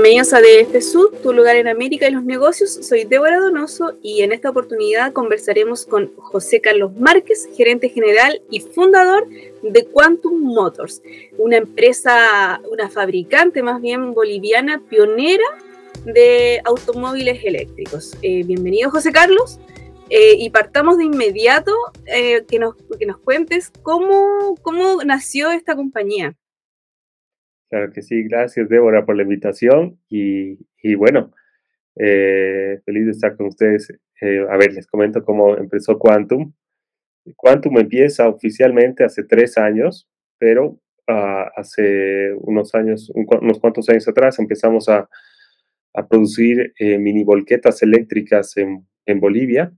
Bienvenidos a DF Sud, tu lugar en América y los negocios. Soy Débora Donoso y en esta oportunidad conversaremos con José Carlos Márquez, gerente general y fundador de Quantum Motors, una empresa, una fabricante más bien boliviana, pionera de automóviles eléctricos. Bienvenido, José Carlos, y partamos de inmediato que nos cuentes cómo nació esta compañía. Claro que sí, gracias Débora por la invitación y bueno, feliz de estar con ustedes. A ver, les comento cómo empezó Quantum. Quantum empieza oficialmente hace 3 años, pero hace unos cuantos años atrás empezamos a producir mini volquetas eléctricas en Bolivia.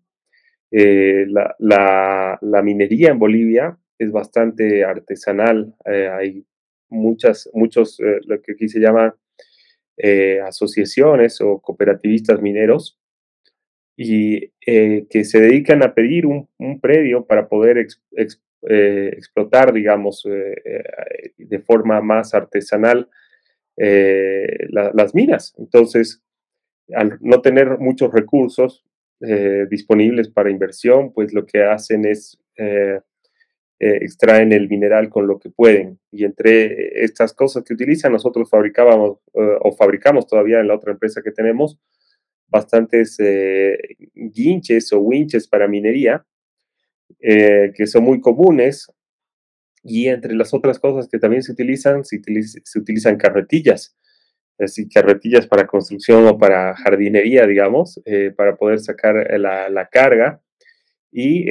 La minería en Bolivia es bastante artesanal. Hay muchos, lo que aquí se llama asociaciones o cooperativistas mineros y que se dedican a pedir un predio para poder explotar, digamos, de forma más artesanal las minas. Entonces, al no tener muchos recursos disponibles para inversión, pues lo que hacen es extraen el mineral con lo que pueden. Y entre estas cosas que utilizan, nosotros fabricábamos o fabricamos todavía en la otra empresa que tenemos bastantes guinches o winches para minería, que son muy comunes. Y entre las otras cosas que también se utilizan carretillas, es decir, carretillas para construcción o para jardinería, digamos, para poder sacar la carga. Y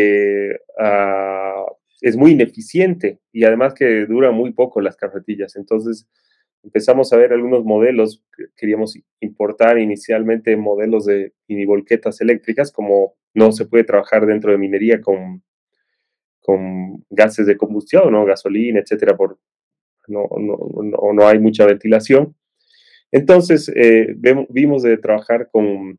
es muy ineficiente y además que dura muy poco las carretillas. Entonces empezamos a ver algunos modelos, queríamos importar inicialmente modelos de mini volquetas eléctricas, como no se puede trabajar dentro de minería con gases de combustión, ¿no? Gasolina, etcétera, no hay mucha ventilación. Entonces vimos de trabajar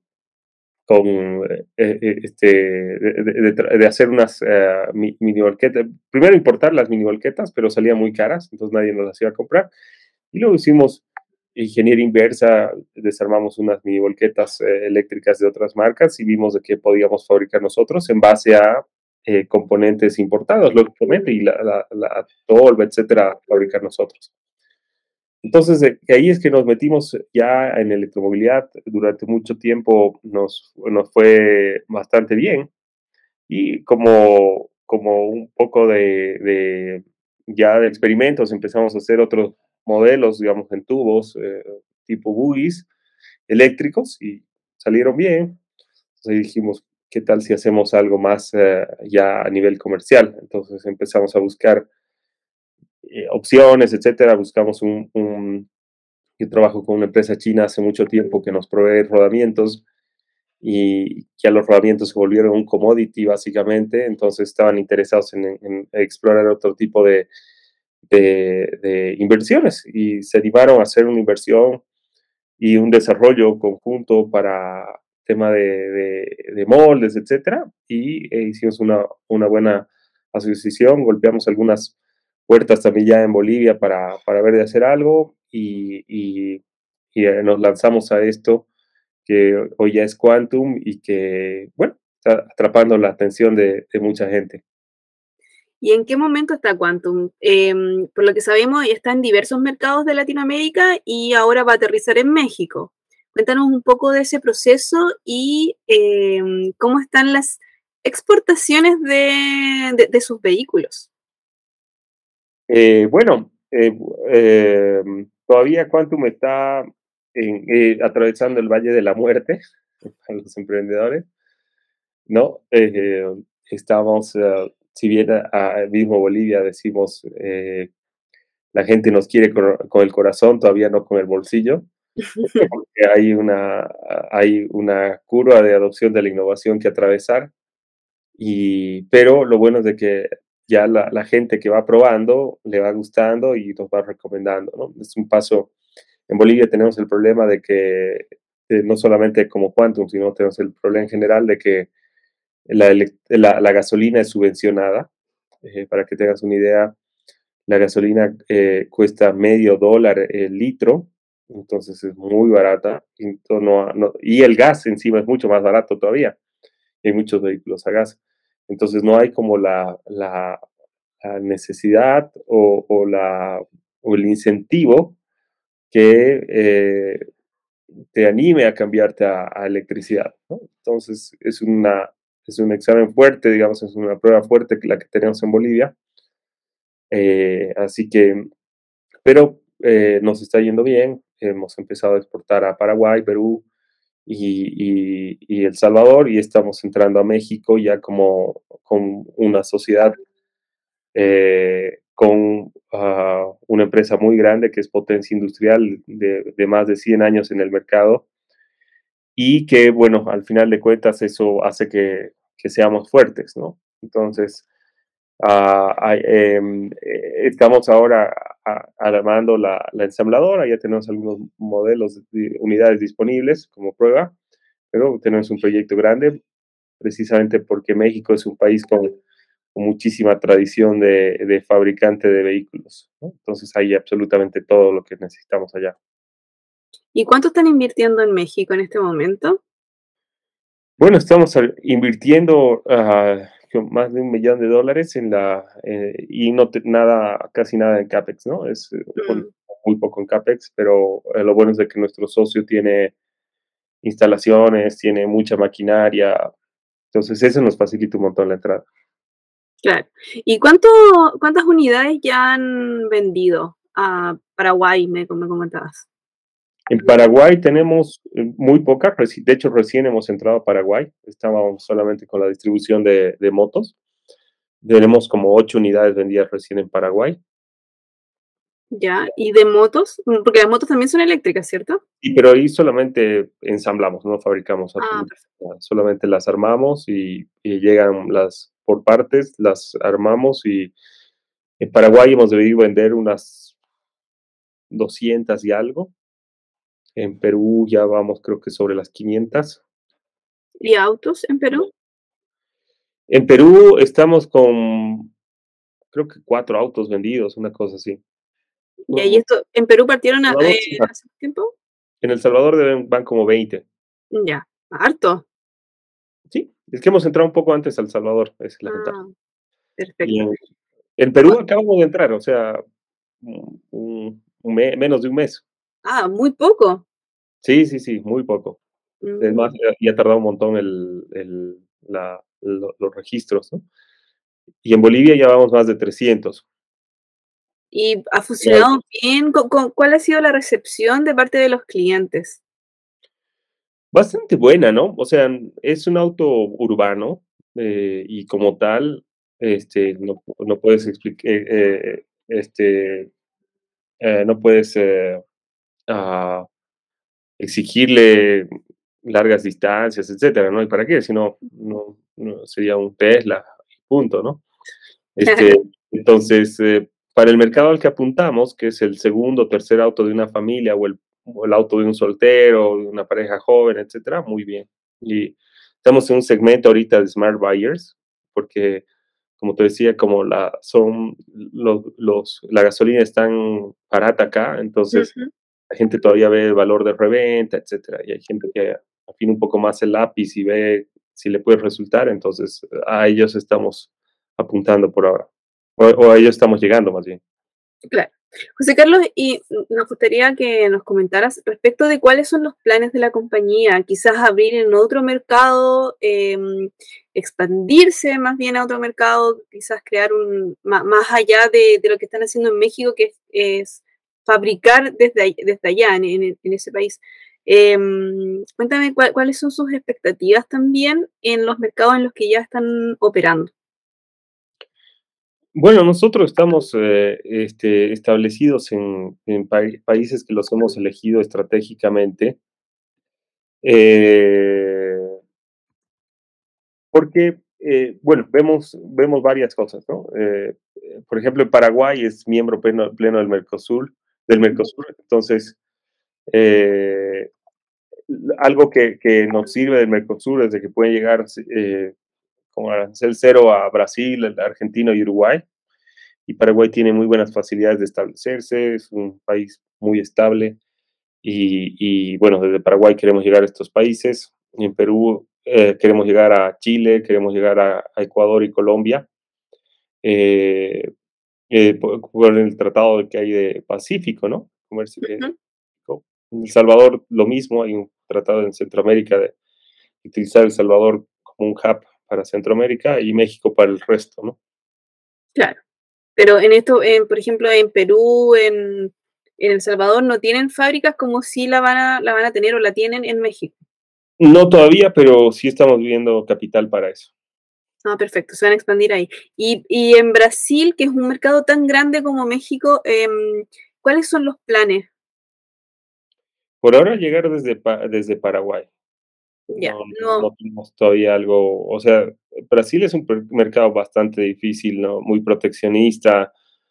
de hacer unas mini volquetas. Primero importar las mini volquetas, pero salían muy caras, entonces nadie nos las iba a comprar. Y luego hicimos ingeniería inversa, desarmamos unas mini volquetas eléctricas de otras marcas y vimos de qué podíamos fabricar nosotros en base a componentes importados, lógicamente, y la tolva, etcétera, fabricar nosotros. Entonces, de ahí es que nos metimos ya en electromovilidad. Durante mucho tiempo nos fue bastante bien y como un poco ya de experimentos empezamos a hacer otros modelos, digamos, en tubos, tipo buggies eléctricos y salieron bien. Entonces dijimos, ¿qué tal si hacemos algo más ya a nivel comercial? Entonces empezamos a buscar opciones, etcétera. Buscamos yo trabajo con una empresa china hace mucho tiempo que nos provee rodamientos y ya los rodamientos se volvieron un commodity básicamente, entonces estaban interesados en explorar otro tipo de inversiones y se animaron a hacer una inversión y un desarrollo conjunto para tema de moldes, etcétera, y hicimos una buena asociación, golpeamos algunas puertas también ya en Bolivia para ver de hacer algo y nos lanzamos a esto que hoy ya es Quantum y que, bueno, está atrapando la atención de mucha gente. ¿Y en qué momento está Quantum? Por lo que sabemos, está en diversos mercados de Latinoamérica y ahora va a aterrizar en México. Cuéntanos un poco de ese proceso y cómo están las exportaciones de sus vehículos. Bueno, todavía Quantum está atravesando el Valle de la Muerte para los emprendedores, ¿no? Estamos, si bien mismo Bolivia decimos, la gente nos quiere con el corazón, todavía no con el bolsillo, porque hay una curva de adopción de la innovación que atravesar, pero lo bueno es de que ya la gente que va probando le va gustando y nos va recomendando, ¿no? Es un paso. En Bolivia tenemos el problema de que no solamente como Quantum, sino tenemos el problema en general de que la gasolina es subvencionada. Para que tengas una idea, la gasolina cuesta $0.50 el litro entonces es muy barata, y el gas encima es mucho más barato todavía, hay muchos vehículos a gas. Entonces no hay como la necesidad o el incentivo que te anime a cambiarte a electricidad, ¿no? Entonces es un examen fuerte, digamos, es una prueba fuerte que la que tenemos en Bolivia. Así que, pero nos está yendo bien. Hemos empezado a exportar a Paraguay, Perú y El Salvador, y estamos entrando a México ya como con una sociedad, con una empresa muy grande que es Potencia Industrial de más de 100 años en el mercado, y que, bueno, al final de cuentas eso hace que seamos fuertes, ¿no? Entonces, estamos ahora armando la ensambladora, ya tenemos algunos modelos de unidades disponibles como prueba, pero tenemos un proyecto grande precisamente porque México es un país con muchísima tradición de fabricante de vehículos, ¿no? Entonces hay absolutamente todo lo que necesitamos allá. ¿Y cuánto están invirtiendo en México en este momento? Bueno, estamos invirtiendo más de $1 millón y no nada, casi nada en CAPEX, ¿no? Bueno, Mm, muy poco en CAPEX, pero lo bueno es de que nuestro socio tiene instalaciones, tiene mucha maquinaria, entonces eso nos facilita un montón la entrada. claro. ¿Y cuántas unidades ya han vendido a Paraguay, me comentabas? En Paraguay tenemos muy poca, de hecho recién hemos entrado a Paraguay, estábamos solamente con la distribución de motos, tenemos como 8 unidades vendidas recién en Paraguay. Ya, ¿y de motos? Porque las motos también son eléctricas, ¿cierto? Y pero ahí solamente ensamblamos, no fabricamos Ah, absolutamente perfecto. nada, solamente las armamos y llegan las por partes, las armamos, y en Paraguay hemos debido vender unas 200 y algo, en Perú ya vamos creo que sobre las 500. ¿Y autos en Perú? En Perú estamos con creo que 4 autos vendidos, una cosa así. Y ahí esto, ¿en Perú partieron Salvador sí hace tiempo? en El Salvador van como 20. Ya, harto. Sí, es que hemos entrado un poco antes a El Salvador, esa es la ventaja. Ah, Y perfecto. en Perú acabamos de entrar, o sea, menos de un mes. Ah, muy poco. Sí, sí, sí, muy poco. Es Mm, más, ya ha tardado un montón los registros, ¿no? Y en Bolivia ya vamos más de 300. ¿y ha funcionado bien? ¿Cuál ha sido la recepción de parte de los clientes? Bastante buena, ¿no? O sea, es un auto urbano, y como tal, no puedes no puedes ah, exigirle largas distancias, etcétera, ¿no? ¿Y para qué? Si no sería un Tesla, punto, ¿no? Este, entonces, para el mercado al que apuntamos, que es el segundo o tercer auto de una familia o el auto de un soltero, de una pareja joven, etcétera, muy bien. Y estamos en un segmento ahorita de smart buyers, porque, como te decía, como la gasolina es tan barata acá, entonces Ujú, la gente todavía ve el valor de reventa, etcétera, y hay gente que afina un poco más el lápiz y ve si le puede resultar, entonces a ellos estamos apuntando por ahora, o a ellos estamos llegando más bien. claro. José Carlos, y nos gustaría que nos comentaras respecto de cuáles son los planes de la compañía, quizás abrir en otro mercado, expandirse más bien a otro mercado, quizás crear más allá de lo que están haciendo en México, que es fabricar desde allá, en ese país. Cuéntame cuáles son sus expectativas también en los mercados en los que ya están operando. Bueno, nosotros estamos establecidos en países que los hemos elegido estratégicamente, eh, porque, bueno, vemos varias cosas, ¿no? Por ejemplo, en Paraguay es miembro pleno del Mercosur, entonces, eh, algo que nos sirve del Mercosur es de que pueden llegar como arancel cero a Brasil, Argentina y Uruguay, y Paraguay tiene muy buenas facilidades de establecerse, es un país muy estable, y bueno, desde Paraguay queremos llegar a estos países. En Perú queremos llegar a Chile, queremos llegar a Ecuador y Colombia. eh, por el tratado que hay de Pacífico, ¿no? Comercio Ujú. en El Salvador lo mismo, hay un tratado en Centroamérica de utilizar El Salvador como un hub para Centroamérica y México para el resto, ¿no? Claro. Pero en esto, por ejemplo, en Perú, en El Salvador, no tienen fábricas como si la van a tener o la tienen en México. No todavía, pero sí estamos viendo capital para eso. Ah, perfecto, se van a expandir ahí. Y en Brasil, que es un mercado tan grande como México, ¿cuáles son los planes? Por ahora llegar desde Paraguay. Ya, No no, tenemos todavía algo, o sea, Brasil es un mercado bastante difícil, ¿no? Muy proteccionista,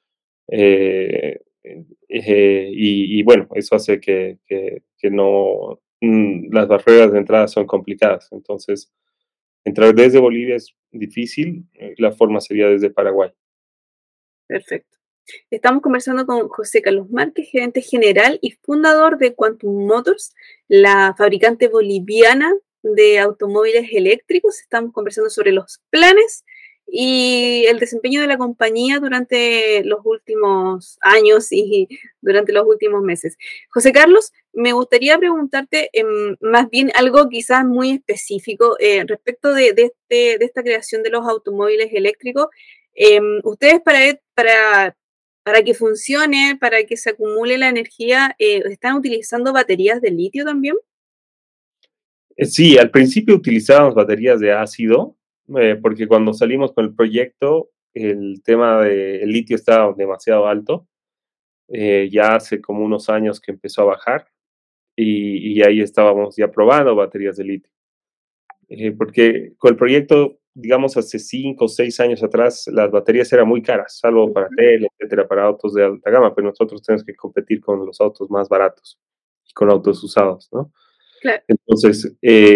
y bueno, eso hace que no, las barreras de entrada son complicadas. Entonces, entrar desde Bolivia es difícil, la forma sería desde Paraguay. perfecto. Estamos conversando con José Carlos Márquez, gerente general y fundador de Quantum Motors, la fabricante boliviana de automóviles eléctricos. Estamos conversando sobre los planes y el desempeño de la compañía durante los últimos años y durante los últimos meses. José Carlos, me gustaría preguntarte más bien algo quizás muy específico respecto de esta creación de los automóviles eléctricos. Ustedes para que funcione, para que se acumule la energía, ¿están utilizando baterías de litio también? Sí, al principio utilizábamos baterías de ácido, porque cuando salimos con el proyecto, el tema del litio estaba demasiado alto. Ya hace como unos años que empezó a bajar y ahí estábamos ya probando baterías de litio. Porque con el proyecto, digamos, hace 5 o 6 años atrás, las baterías eran muy caras, salvo para Ujú, tele, etcétera, para autos de alta gama, pero nosotros tenemos que competir con los autos más baratos y con autos usados, ¿no? claro. Entonces,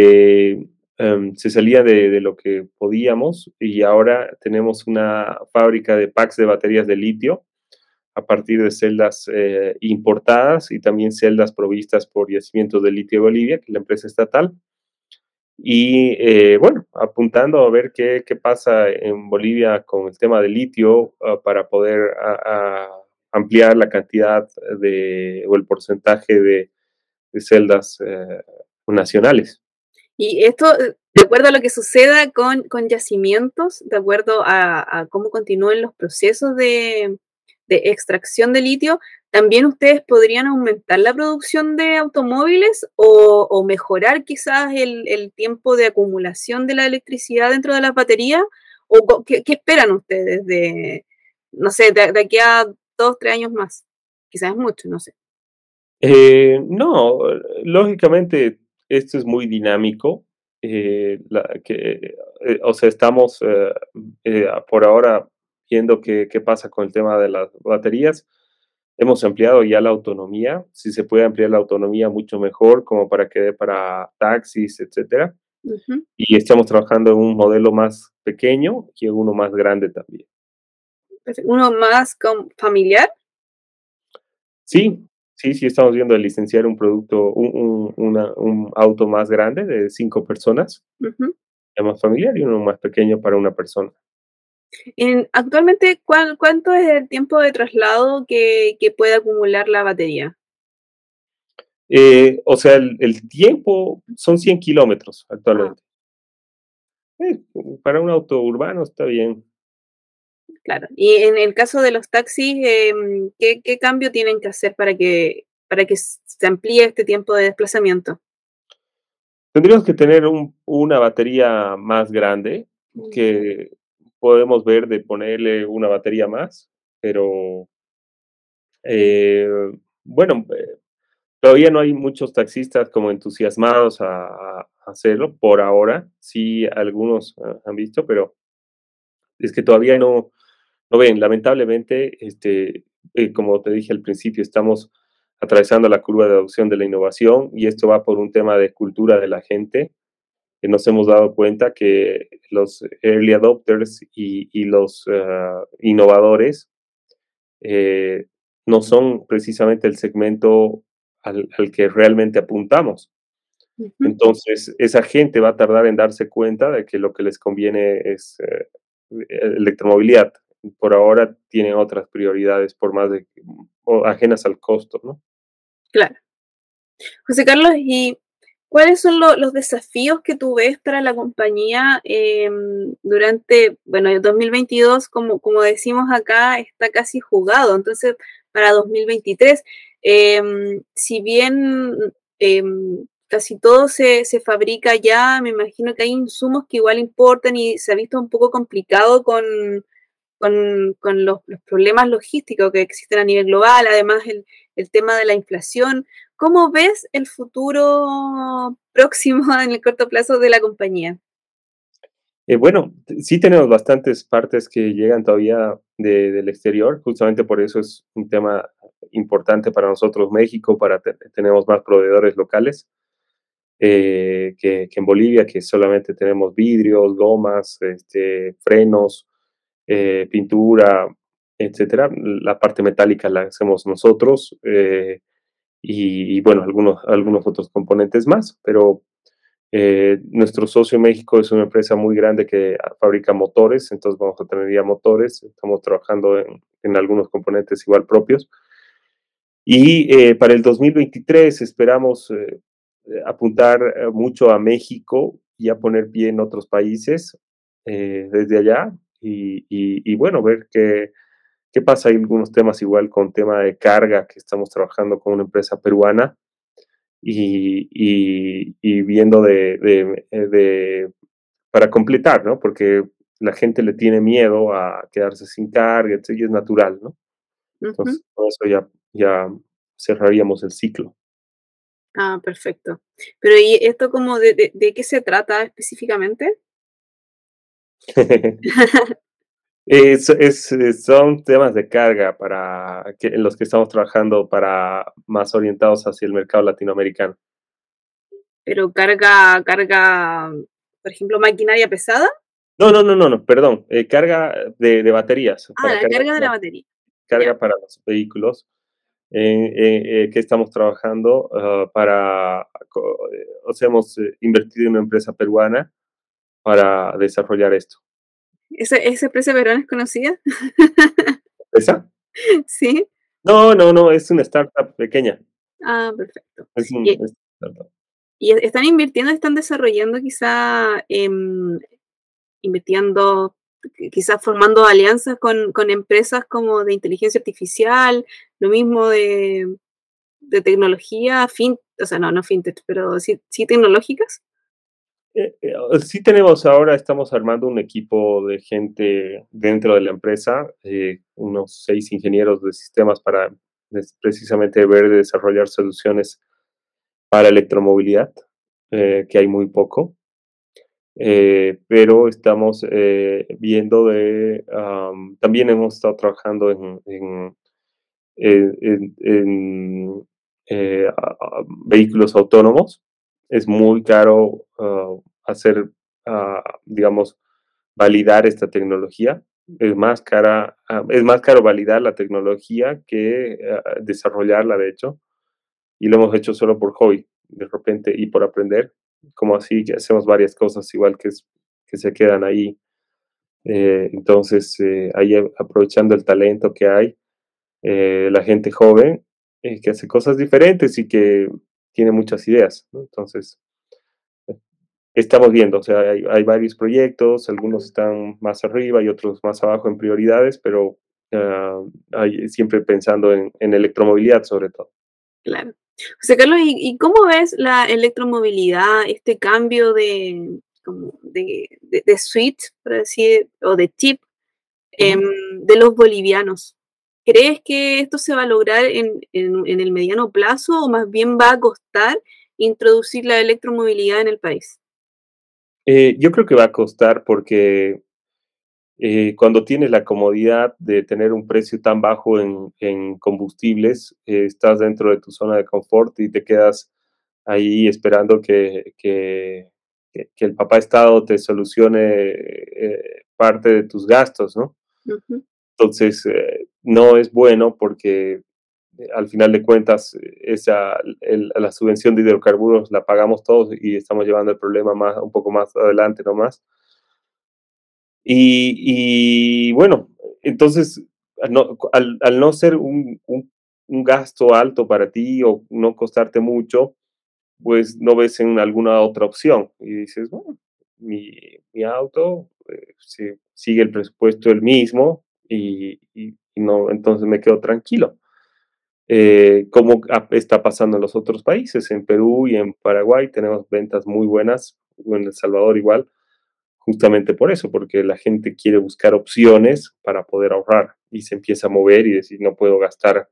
se salía de lo que podíamos y ahora tenemos una fábrica de packs de baterías de litio a partir de celdas importadas y también celdas provistas por Yacimientos de Litio de Bolivia, que es la empresa estatal. Y bueno, apuntando a ver qué pasa en Bolivia con el tema del litio para poder ampliar la cantidad o el porcentaje de celdas nacionales. Y esto, de acuerdo a lo que suceda con yacimientos, de acuerdo a cómo continúen los procesos de extracción de litio, ¿también ustedes podrían aumentar la producción de automóviles o mejorar quizás el tiempo de acumulación de la electricidad dentro de las baterías? ¿O qué esperan ustedes no sé, de aquí a 2, 3 años más? Quizás es mucho, no sé. No, lógicamente esto es muy dinámico. O sea, estamos por ahora viendo qué pasa con el tema de las baterías. Hemos ampliado ya la autonomía. Si se puede ampliar la autonomía, mucho mejor, como para que dé para taxis, etcétera. Ujú. Y estamos trabajando en un modelo más pequeño y en uno más grande también. Perfecto. Uno más familiar. Sí, sí, estamos viendo de licenciar un producto, un auto más grande de 5 personas, Ujú. ya más familiar, y uno más pequeño para una persona. Actualmente, ¿cuánto es el tiempo de traslado que puede acumular la batería? O sea, el tiempo son 100 kilómetros Ah, actualmente. Eh, para un auto urbano está bien. claro. Y en el caso de los taxis, ¿qué cambio tienen que hacer para que se amplíe este tiempo de desplazamiento? Tendríamos que tener una batería más grande, Mm. que podemos ver de ponerle una batería más, pero, eh, bueno, todavía no hay muchos taxistas como entusiasmados a hacerlo por ahora. Sí, algunos han visto, pero es que todavía no ven. Lamentablemente, como te dije al principio, estamos atravesando la curva de adopción de la innovación y esto va por un tema de cultura de la gente, que nos hemos dado cuenta que los early adopters y los innovadores no son precisamente el segmento al que realmente apuntamos. Ujú. Entonces, esa gente va a tardar en darse cuenta de que lo que les conviene es electromovilidad. Por ahora tienen otras prioridades por más de o ajenas al costo, ¿no? Claro. José Carlos, ¿y cuáles son los desafíos que tú ves para la compañía durante, bueno, el 2022, como decimos acá, está casi jugado, entonces para 2023, si bien casi todo se fabrica ya, me imagino que hay insumos que igual importan y se ha visto un poco complicado con los problemas logísticos que existen a nivel global, además el tema de la inflación. ¿Cómo ves el futuro próximo en el corto plazo de la compañía? Bueno, sí tenemos bastantes partes que llegan todavía del exterior, justamente por eso es un tema importante para nosotros México, tenemos más proveedores locales que en Bolivia, que solamente tenemos vidrios, gomas, frenos, pintura, etcétera. La parte metálica la hacemos nosotros y bueno, algunos otros componentes más, pero nuestro socio en México es una empresa muy grande que fabrica motores, entonces vamos a tener ya motores, estamos trabajando en algunos componentes igual propios. Y para el 2023 esperamos apuntar mucho a México y a poner pie en otros países desde allá y bueno, ver qué pasa. Hay algunos temas igual con tema de carga que estamos trabajando con una empresa peruana y viendo para completar, ¿no? Porque la gente le tiene miedo a quedarse sin carga, y es natural, ¿no? Ujú. Entonces, con eso ya cerraríamos el ciclo. Ah, perfecto. Pero ¿y esto como de qué se trata específicamente? Son temas de carga en los que estamos trabajando para más orientados hacia el mercado latinoamericano. Pero carga, por ejemplo, maquinaria pesada. No, no, no, no, no, perdón, carga de baterías, Ah, la carga de la batería. Ya, carga para los vehículos, que estamos trabajando o sea, hemos invertido en una empresa peruana para desarrollar esto. ¿Esa empresa peruana es conocida? ¿Esa? Sí. No, no, no, es una startup pequeña. Ah, perfecto. Es un ¿Y, es startup. y están invirtiendo, están desarrollando quizá, investigando, quizás formando alianzas con empresas como de inteligencia artificial, lo mismo de tecnología, o sea, no fintech, pero sí tecnológicas? Sí tenemos ahora, estamos armando un equipo de gente dentro de la empresa, unos 6 ingenieros de sistemas para precisamente ver de desarrollar soluciones para electromovilidad, que hay muy poco. Pero estamos viendo también hemos estado trabajando en, vehículos autónomos. Es muy caro hacer, digamos, validar esta tecnología. Es más caro validar la tecnología que desarrollarla, de hecho, y lo hemos hecho solo por hobby, de repente, y por aprender, como así que hacemos varias cosas igual que se quedan ahí. Entonces, ahí aprovechando el talento que hay, la gente joven que hace cosas diferentes y que tiene muchas ideas, ¿no? Entonces, estamos viendo, o sea, hay varios proyectos, algunos están más arriba y otros más abajo en prioridades, pero siempre pensando en electromovilidad sobre todo. Claro. José Carlos, ¿y cómo ves la electromovilidad, este cambio como de switch, por decir, o de chip, em, Ujú. de los bolivianos? ¿Crees que esto se va a lograr en el mediano plazo o más bien va a costar introducir la electromovilidad en el país? Yo creo que va a costar porque cuando tienes la comodidad de tener un precio tan bajo en combustibles, estás dentro de tu zona de confort y te quedas ahí esperando que el papá Estado te solucione parte de tus gastos, ¿no? Ujú. Entonces, no es bueno porque al final de cuentas, la subvención de hidrocarburos la pagamos todos y estamos llevando el problema un poco más adelante nomás. Y bueno, entonces, al no ser un gasto alto para ti o no costarte mucho, pues no ves en alguna otra opción. Y dices, bueno, mi auto, sigue el presupuesto el mismo y no, entonces me quedo tranquilo. Como está pasando en los otros países, en Perú y en Paraguay tenemos ventas muy buenas, o en El Salvador igual, justamente por eso, porque la gente quiere buscar opciones para poder ahorrar y se empieza a mover y decir, no puedo gastar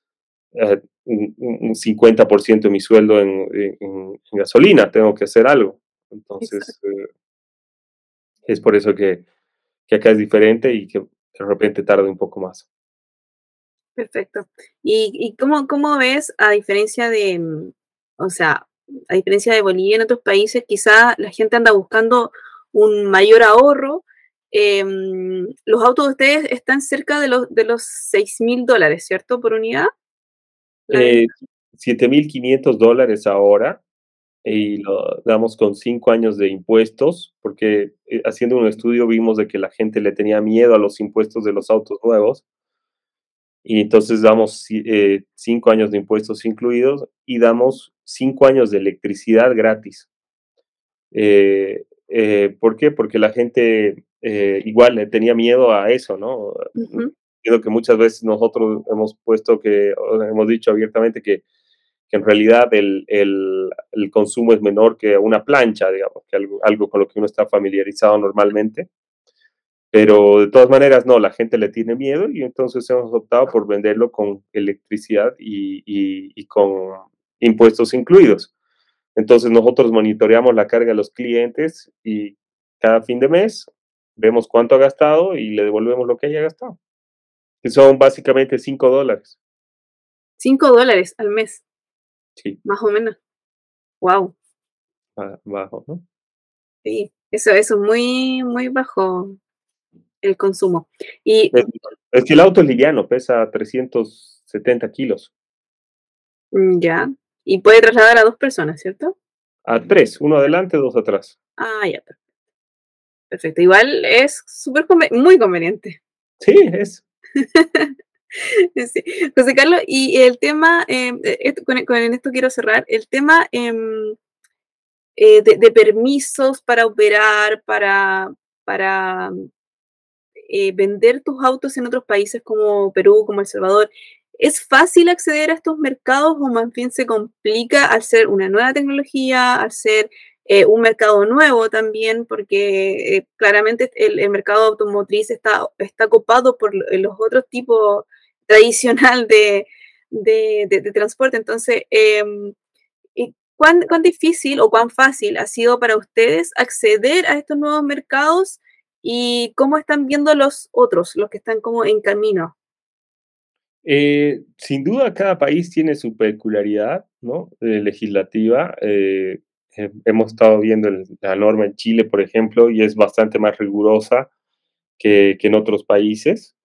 un 50% de mi sueldo en gasolina, tengo que hacer algo. Entonces, Exacto. es por eso que acá es diferente y que de repente tarda un poco más. Perfecto. ¿Y cómo ves, a diferencia de, o sea, a diferencia de Bolivia en otros países, quizá la gente anda buscando un mayor ahorro? Los autos de ustedes están cerca de los $6.000, ¿cierto? Por unidad, la Eh, venta. $7,500 ahora y lo damos con 5 años de impuestos, porque haciendo un estudio vimos de que la gente le tenía miedo a los impuestos de los autos nuevos y entonces damos 5 años de impuestos incluidos y damos 5 años de electricidad gratis. ¿Por qué? Porque la gente igual le tenía miedo a eso, ¿no? Ujú. Creo que muchas veces nosotros hemos puesto o hemos dicho abiertamente que en realidad el consumo es menor que una plancha, digamos, que algo con lo que uno está familiarizado normalmente. Pero de todas maneras, no, la gente le tiene miedo y entonces hemos optado por venderlo con electricidad y con impuestos incluidos. Entonces nosotros monitoreamos la carga de los clientes y cada fin de mes vemos cuánto ha gastado y le devolvemos lo que haya gastado, que son básicamente $5. $5 al mes, Sí, más o menos. Wow, bajo, ¿no? sí, eso es muy, muy bajo el consumo. Y Es, es que el auto es liviano, pesa 370 kilos. ya, y puede trasladar a 2 personas, ¿cierto? A tres, uno adelante, dos atrás. Ah, ya, perfecto. Igual es súper muy conveniente. Sí, es. Sí. José Carlos, y el tema, con esto quiero cerrar, el tema de permisos para operar, para vender tus autos en otros países como Perú, como El Salvador. ¿Es fácil acceder a estos mercados o más bien se complica al ser una nueva tecnología, al ser un mercado nuevo también? Porque claramente el mercado automotriz está copado por los otros tipos tradicional de transporte. Entonces, ¿y cuán difícil o cuán fácil ha sido para ustedes acceder a estos nuevos mercados y cómo están viendo los otros, los que están como en camino? Sin duda, cada país tiene su peculiaridad, ¿no? Legislativa. Hemos estado viendo la norma en Chile, por ejemplo, y es bastante más rigurosa que en otros países.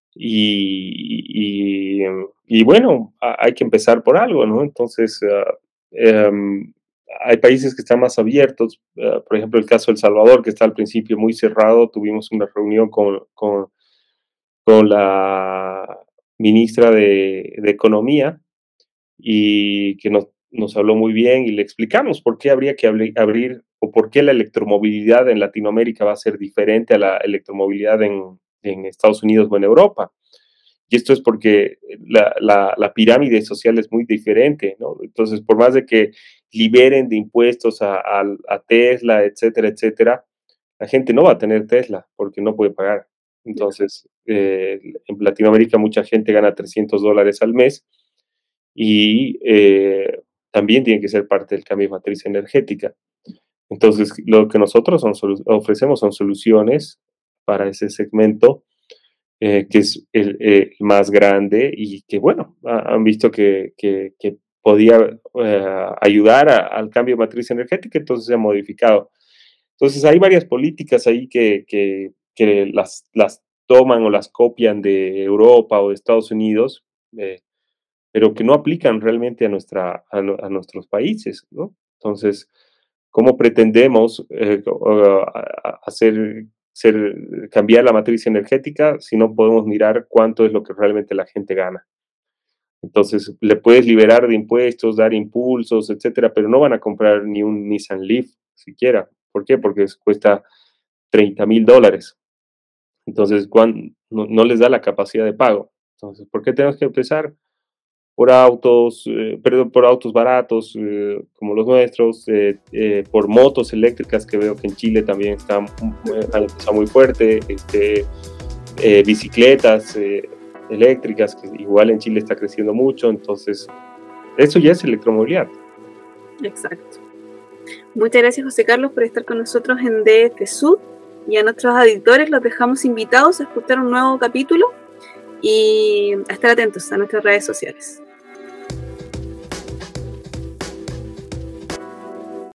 Y bueno, hay que empezar por algo, ¿no? Entonces, em, hay países que están más abiertos, por ejemplo, el caso de El Salvador, que está al principio muy cerrado. Tuvimos una reunión con la ministra de Economía y que nos habló muy bien y le explicamos por qué habría que abrir o por qué la electromovilidad en Latinoamérica va a ser diferente a la electromovilidad en Estados Unidos o en Europa. Y esto es porque la pirámide social es muy diferente, ¿no? Entonces, por más de que liberen de impuestos a Tesla, etcétera, etcétera, la gente no va a tener Tesla porque no puede pagar. Entonces, en Latinoamérica mucha gente gana $300 al mes y también tiene que ser parte del cambio de matriz energética. Entonces, lo que nosotros ofrecemos son soluciones para ese segmento que es el más grande y que, bueno, han visto que podía ayudar al cambio de matriz energética, entonces se ha modificado. Entonces, hay varias políticas ahí que las toman o las copian de Europa o de Estados Unidos. pero que no aplican realmente a nuestros países, ¿no? Entonces, ¿cómo pretendemos cambiar la matriz energética si no podemos mirar cuánto es lo que realmente la gente gana? Entonces, le puedes liberar de impuestos, dar impulsos, etcétera, pero no van a comprar ni un Nissan Leaf siquiera. ¿Por qué? Porque cuesta $30,000. Entonces, no les da la capacidad de pago. Entonces, ¿por qué tenemos que empezar? Por autos baratos como los nuestros, por motos eléctricas, que veo que en Chile también han empezado muy fuerte, bicicletas eléctricas, que igual en Chile está creciendo mucho. Entonces, eso ya es electromovilidad. Exacto. Muchas gracias, José Carlos, por estar con nosotros en DF Sud, y a nuestros auditores los dejamos invitados a escuchar un nuevo capítulo y a estar atentos a nuestras redes sociales.